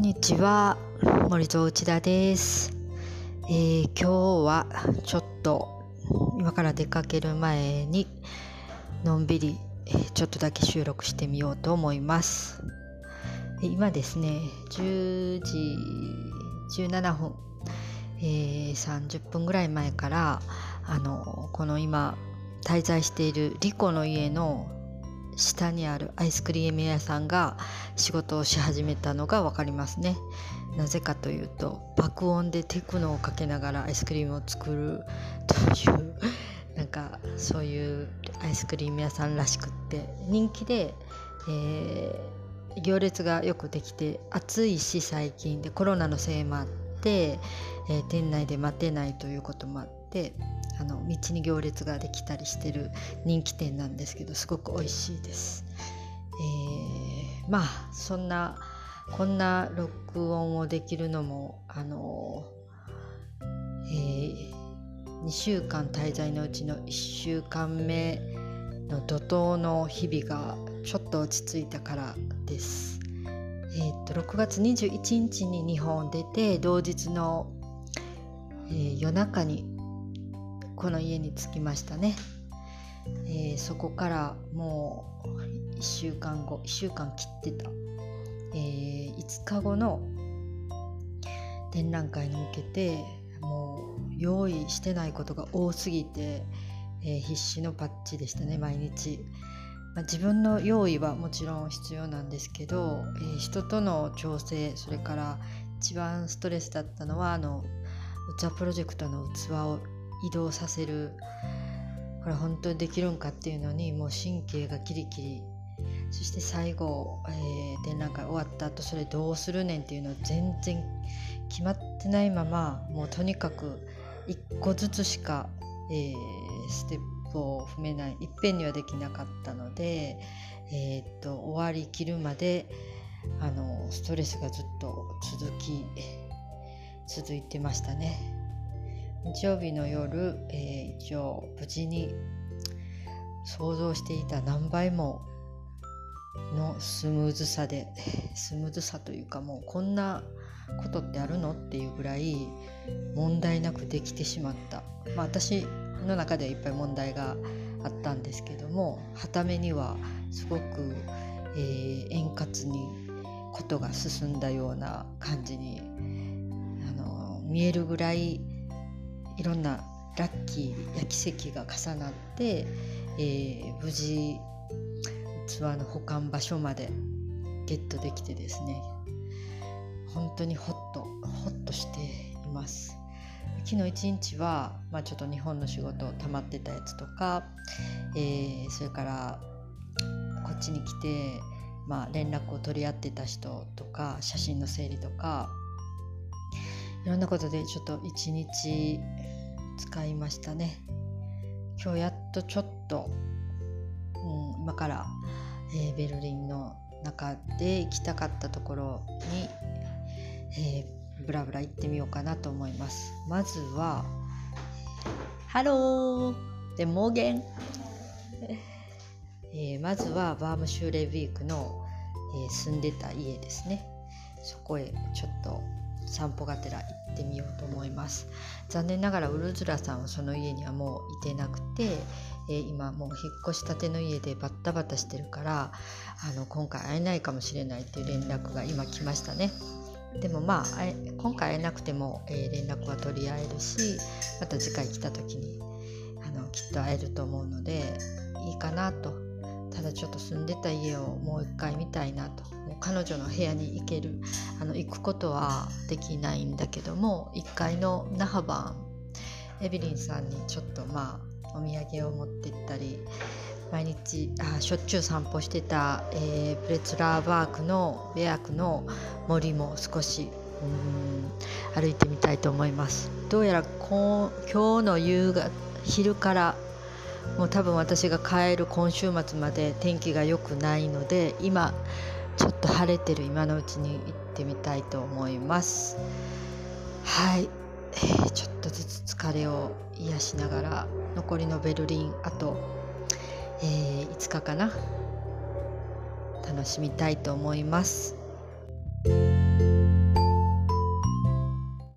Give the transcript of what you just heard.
んにちは、森蔵内田です。今日はちょっと今から出かける前にのんびり、ちょっとだけ収録してみようと思います。今ですね、10時17分、30分ぐらい前からこの今滞在しているリコの家の下にあるアイスクリーム屋さんが仕事をし始めたのが分かりますね。なぜかというと、爆音でテクノをかけながらアイスクリームを作るというそういうアイスクリーム屋さんらしくって人気で、行列がよくできて暑いし、最近でコロナのせいもあって、店内で待てないということもあって道に行列ができたりしてる人気店なんですけど、すごく美味しいです。こんな録音をできるのも2週間滞在のうちの1週間目の怒涛の日々がちょっと落ち着いたからです。6月21日に日本を出て、同日の、夜中にこの家に着きましたね。そこからもう1週間切ってた、5日後の展覧会に向けてもう用意してないことが多すぎて、必死のパッチでしたね、毎日。自分の用意はもちろん必要なんですけど、人との調整、それから一番ストレスだったのは器プロジェクトの器を移動させる、これ本当にできるんかっていうのにもう神経がキリキリ。そして最後、展覧会終わった後、それどうするねんっていうの全然決まってないまま、もうとにかく一個ずつしか、ステップを踏めない、いっぺんにはできなかったので、終わりきるまでストレスがずっと続いてましたね。日曜日の夜、一応無事に想像していた何倍ものスムーズさというか、もうこんなことってあるのっていうぐらい問題なくできてしまった。私の中ではいっぱい問題があったんですけども、傍目にはすごく、円滑にことが進んだような感じに見えるぐらい、いろんなラッキーや奇跡が重なって、無事器の保管場所までゲットできてですね、本当にホッとしています。昨日一日は、ちょっと日本の仕事溜まってたやつとか、それからこっちに来て、連絡を取り合ってた人とか、写真の整理とか、いろんなことでちょっと一日使いましたね。今日やっとちょっと、今から、ベルリンの中で行きたかったところに、ブラブラ行ってみようかなと思います。まずはハローでモーゲンまずはバームシューレウィークの、住んでた家ですね。そこへちょっと散歩がてら行ってみようと思います。残念ながらウルズラさんはその家にはもういてなくて、今もう引っ越したての家でバッタバタしてるから、今回会えないかもしれないっていう連絡が今来ましたね。でも今回会えなくても、連絡は取り合えるし、また次回来た時にきっと会えると思うのでいいかなと。ただちょっと住んでた家をもう一回見たいなと。もう彼女の部屋に行くことはできないんだけども、1階の那覇版エビリンさんにちょっとお土産を持ってったり、毎日しょっちゅう散歩してた、プレツラーバークのベアクの森も少し歩いてみたいと思います。どうやら今日の昼からもう多分私が帰る今週末まで天気が良くないので、今ちょっと晴れてる今のうちに行ってみたいと思います。はい、ちょっとずつ疲れを癒しながら残りのベルリンあと、5日かな、楽しみたいと思います。